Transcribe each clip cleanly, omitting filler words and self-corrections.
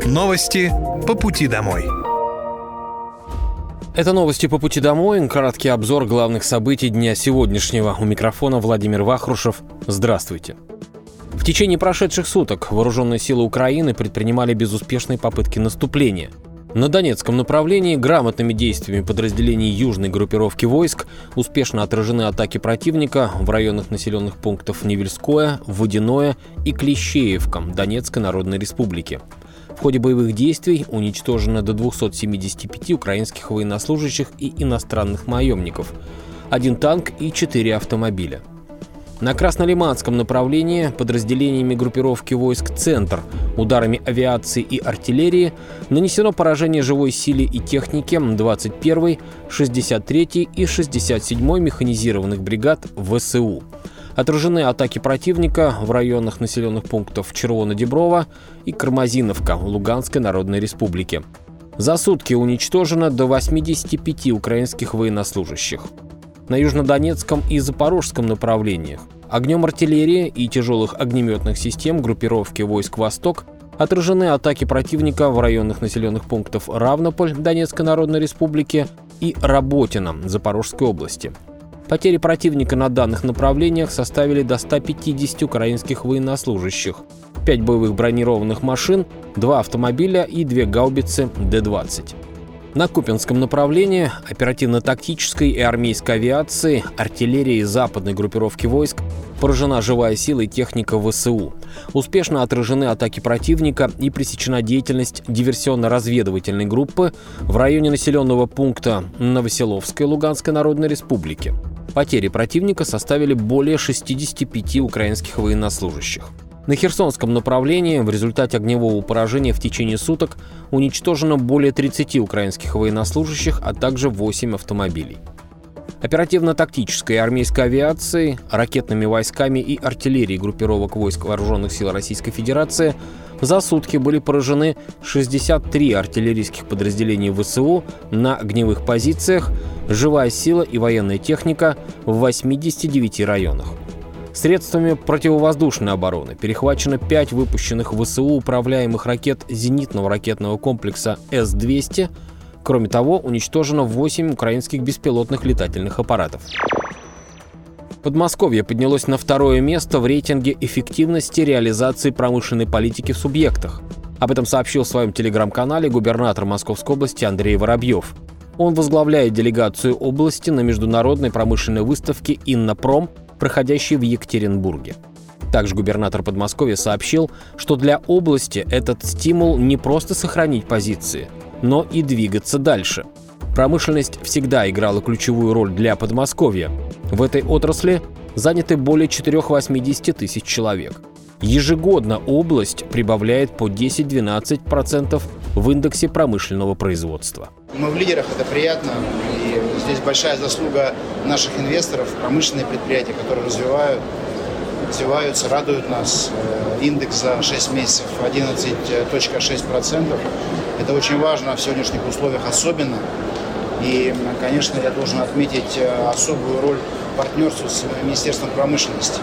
Новости по пути домой. Это новости по пути домой. Краткий обзор главных событий дня сегодняшнего. У микрофона Владимир Вахрушев. Здравствуйте. В течение прошедших суток вооруженные силы Украины предпринимали безуспешные попытки наступления. На Донецком направлении грамотными действиями подразделений южной группировки войск успешно отражены атаки противника в районах населенных пунктов Невельское, Водяное и Клещеевка Донецкой Народной Республики. В ходе боевых действий уничтожено до 275 украинских военнослужащих и иностранных наемников, 1 танк и 4 автомобиля. На Краснолиманском направлении подразделениями группировки войск «Центр» ударами авиации и артиллерии нанесено поражение живой силе и технике 21-й, 63-й и 67-й механизированных бригад ВСУ. Отражены атаки противника в районах населенных пунктов Червоно-Деброво и Кармазиновка Луганской Народной Республики. За сутки уничтожено до 85 украинских военнослужащих. На Южнодонецком и Запорожском направлениях огнем артиллерии и тяжелых огнеметных систем группировки войск «Восток» отражены атаки противника в районах населенных пунктов Равнополь Донецкой Народной Республики и Работино Запорожской области. Потери противника на данных направлениях составили до 150 украинских военнослужащих, 5 боевых бронированных машин, 2 автомобиля и 2 гаубицы Д-20. На Купянском направлении оперативно-тактической и армейской авиации, артиллерии западной группировки войск поражена живая сила и техника ВСУ. Успешно отражены атаки противника и пресечена деятельность диверсионно-разведывательной группы в районе населенного пункта Новоселовской Луганской Народной Республики. Потери противника составили более 65 украинских военнослужащих. На Херсонском направлении в результате огневого поражения в течение суток уничтожено более 30 украинских военнослужащих, а также 8 автомобилей. Оперативно-тактической и армейской авиацией, ракетными войсками и артиллерией группировок войск Вооруженных сил Российской Федерации за сутки были поражены 63 артиллерийских подразделения ВСУ на огневых позициях, живая сила и военная техника в 89 районах. Средствами противовоздушной обороны перехвачено 5 выпущенных ВСУ управляемых ракет зенитного ракетного комплекса С-200. Кроме того, уничтожено 8 украинских беспилотных летательных аппаратов. Подмосковье поднялось на 2-е место в рейтинге эффективности реализации промышленной политики в субъектах. Об этом сообщил в своем телеграм-канале губернатор Московской области Андрей Воробьев. Он возглавляет делегацию области на международной промышленной выставке «Иннопром», проходящей в Екатеринбурге. Также губернатор Подмосковья сообщил, что для области этот стимул не просто сохранить позиции, но и двигаться дальше. Промышленность всегда играла ключевую роль для Подмосковья. В этой отрасли заняты более 480 тысяч человек. Ежегодно область прибавляет по 10-12% в индексе промышленного производства. Мы в лидерах, это приятно. И здесь большая заслуга наших инвесторов, промышленные предприятия, которые развиваются, радуют нас. Индекс за 6 месяцев 11,6%. Это очень важно в сегодняшних условиях особенно. И, конечно, я должен отметить особую роль партнерства с Министерством промышленности.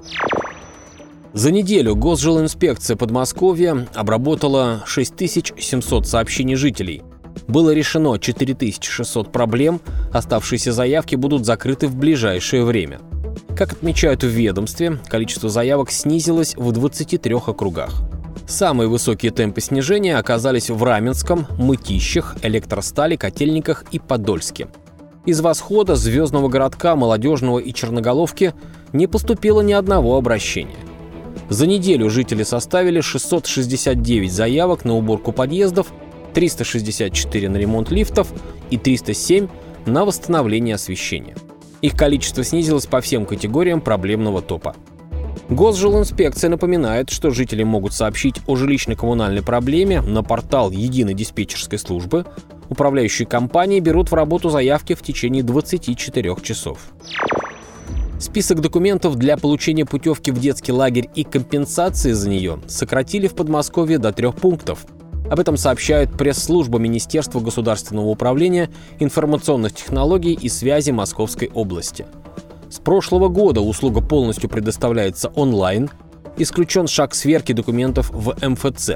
За неделю Госжилинспекция Подмосковья обработала 6700 сообщений жителей. Было решено 4600 проблем, оставшиеся заявки будут закрыты в ближайшее время. Как отмечают в ведомстве, количество заявок снизилось в 23 округах. Самые высокие темпы снижения оказались в Раменском, Мытищах, Электростали, Котельниках и Подольске. Из Восхода, Звездного городка, Молодежного и Черноголовки не поступило ни одного обращения. За неделю жители составили 669 заявок на уборку подъездов, 364 на ремонт лифтов и 307 на восстановление освещения. Их количество снизилось по всем категориям проблемного топа. Госжилинспекция напоминает, что жители могут сообщить о жилищно-коммунальной проблеме на портал Единой диспетчерской службы. Управляющие компании берут в работу заявки в течение 24 часов. Список документов для получения путевки в детский лагерь и компенсации за нее сократили в Подмосковье до 3 пунктов. Об этом сообщает пресс-служба Министерства государственного управления информационных технологий и связи Московской области. С прошлого года услуга полностью предоставляется онлайн, исключен шаг сверки документов в МФЦ.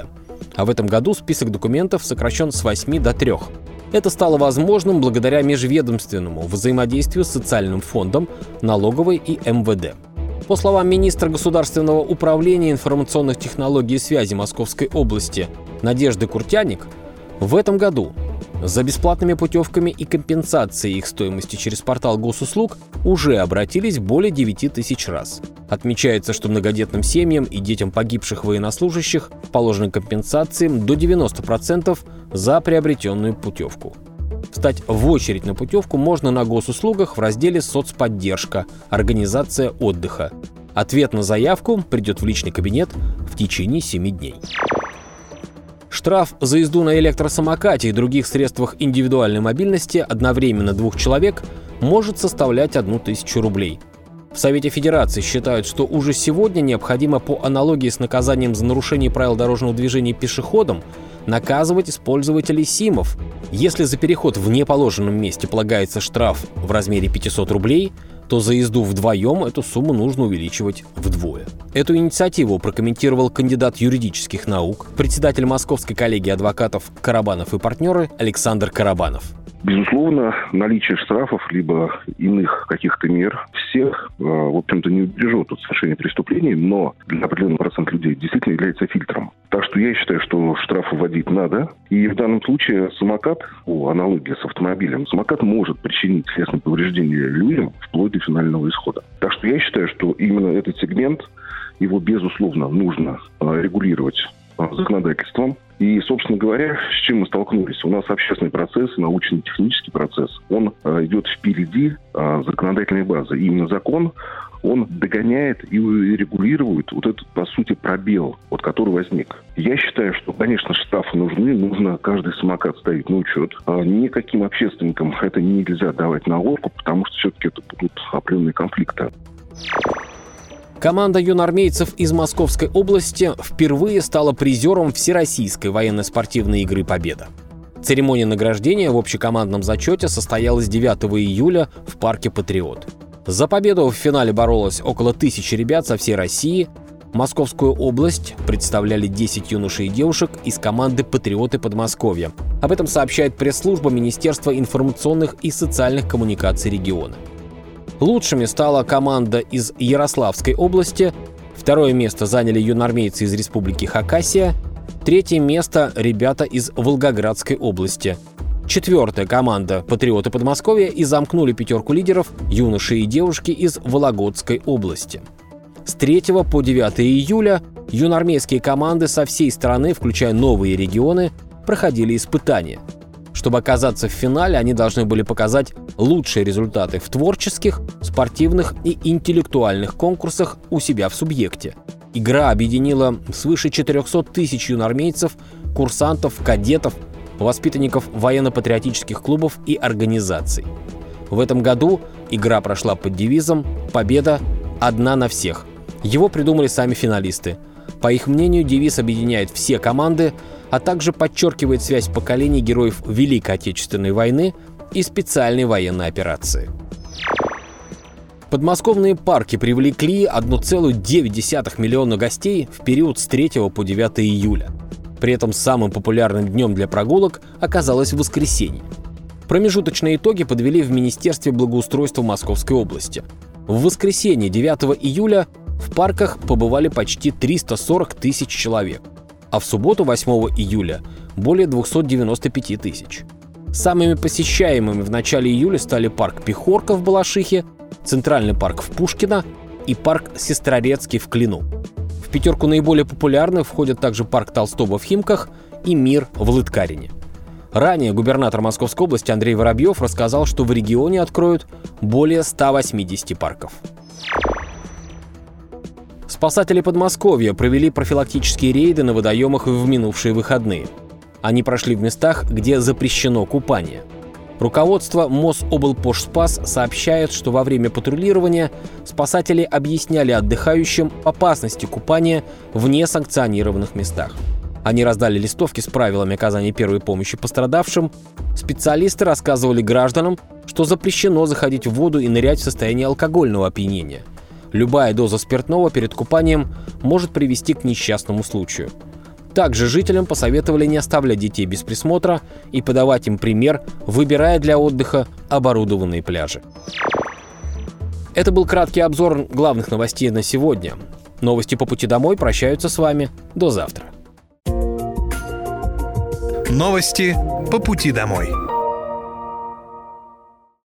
А в этом году список документов сокращен с 8 до 3. Это стало возможным благодаря межведомственному взаимодействию с социальным фондом, налоговой и МВД. По словам министра Государственного управления информационных технологий и связи Московской области Надежды Куртяник, в этом году за бесплатными путевками и компенсацией их стоимости через портал госуслуг уже обратились более 9 тысяч раз. Отмечается, что многодетным семьям и детям погибших военнослужащих положены компенсации до 90% за приобретенную путевку. Встать в очередь на путевку можно на госуслугах в разделе «Соцподдержка. Организация отдыха». Ответ на заявку придет в личный кабинет в течение 7 дней. Штраф за езду на электросамокате и других средствах индивидуальной мобильности одновременно 2 человек может составлять 1000 рублей. В Совете Федерации считают, что уже сегодня необходимо по аналогии с наказанием за нарушение правил дорожного движения пешеходом наказывать использователей СИМов. Если за переход в неположенном месте полагается штраф в размере 500 рублей, то за езду вдвоем эту сумму нужно увеличивать вдвое. Эту инициативу прокомментировал кандидат юридических наук, председатель Московской коллегии адвокатов «Карабанов и партнеры» Александр Карабанов. Безусловно, наличие штрафов либо иных каких-то мер всех, в общем-то, не убережет от совершения преступлений, но для определенного процента людей действительно является фильтром. Так что я считаю, что штрафы вводить надо. И в данном случае самокат, по аналогии с автомобилем, самокат может причинить телесные повреждения людям вплоть до финального исхода. Так что я считаю, что именно этот сегмент, его, безусловно, нужно регулировать законодательством. И, собственно говоря, с чем мы столкнулись? У нас общественный процесс, научно-технический процесс, он идет впереди законодательной базы. И именно закон, он догоняет и регулирует вот этот, по сути, пробел, вот который возник. Я считаю, что, конечно, штрафы нужны, нужно каждый самокат ставить на учет. Никаким общественникам это нельзя давать на орку, потому что все-таки это будут определенные конфликты. Команда юноармейцев из Московской области впервые стала призером Всероссийской военно-спортивной игры «Победа». Церемония награждения в общекомандном зачете состоялась 9 июля в парке «Патриот». За победу в финале боролось около 1000 ребят со всей России. Московскую область представляли 10 юношей и девушек из команды «Патриоты Подмосковья». Об этом сообщает пресс-служба Министерства информационных и социальных коммуникаций региона. Лучшими стала команда из Ярославской области, 2 место заняли юноармейцы из Республики Хакасия, 3 место – ребята из Волгоградской области. 4 команда «Патриоты Подмосковья» и замкнули 5 лидеров юноши и девушки из Вологодской области. С 3 по 9 июля юноармейские команды со всей страны, включая новые регионы, проходили испытания. Чтобы оказаться в финале, они должны были показать лучшие результаты в творческих, спортивных и интеллектуальных конкурсах у себя в субъекте. Игра объединила свыше 400 тысяч юноармейцев, курсантов, кадетов, воспитанников военно-патриотических клубов и организаций. В этом году игра прошла под девизом «Победа одна на всех». Его придумали сами финалисты. По их мнению, девиз объединяет все команды, а также подчеркивает связь поколений героев Великой Отечественной войны и специальной военной операции. Подмосковные парки привлекли 1,9 миллиона гостей в период с 3 по 9 июля. При этом самым популярным днем для прогулок оказалось воскресенье. Промежуточные итоги подвели в Министерстве благоустройства Московской области. В воскресенье 9 июля в парках побывали почти 340 тысяч человек, а в субботу 8 июля более 295 тысяч. Самыми посещаемыми в начале июля стали парк Пехорка в Балашихе, Центральный парк в Пушкино и парк Сестрорецкий в Клину. В 5 наиболее популярных входят также парк Толстого в Химках и Мир в Лыткарине. Ранее губернатор Московской области Андрей Воробьев рассказал, что в регионе откроют более 180 парков. Спасатели Подмосковья провели профилактические рейды на водоемах в минувшие выходные. Они прошли в местах, где запрещено купание. Руководство Мособлпошспас сообщает, что во время патрулирования спасатели объясняли отдыхающим опасности купания в несанкционированных местах. Они раздали листовки с правилами оказания первой помощи пострадавшим. Специалисты рассказывали гражданам, что запрещено заходить в воду и нырять в состоянии алкогольного опьянения. Любая доза спиртного перед купанием может привести к несчастному случаю. Также жителям посоветовали не оставлять детей без присмотра и подавать им пример, выбирая для отдыха оборудованные пляжи. Это был краткий обзор главных новостей на сегодня. Новости по пути домой прощаются с вами. До завтра. Новости по пути домой.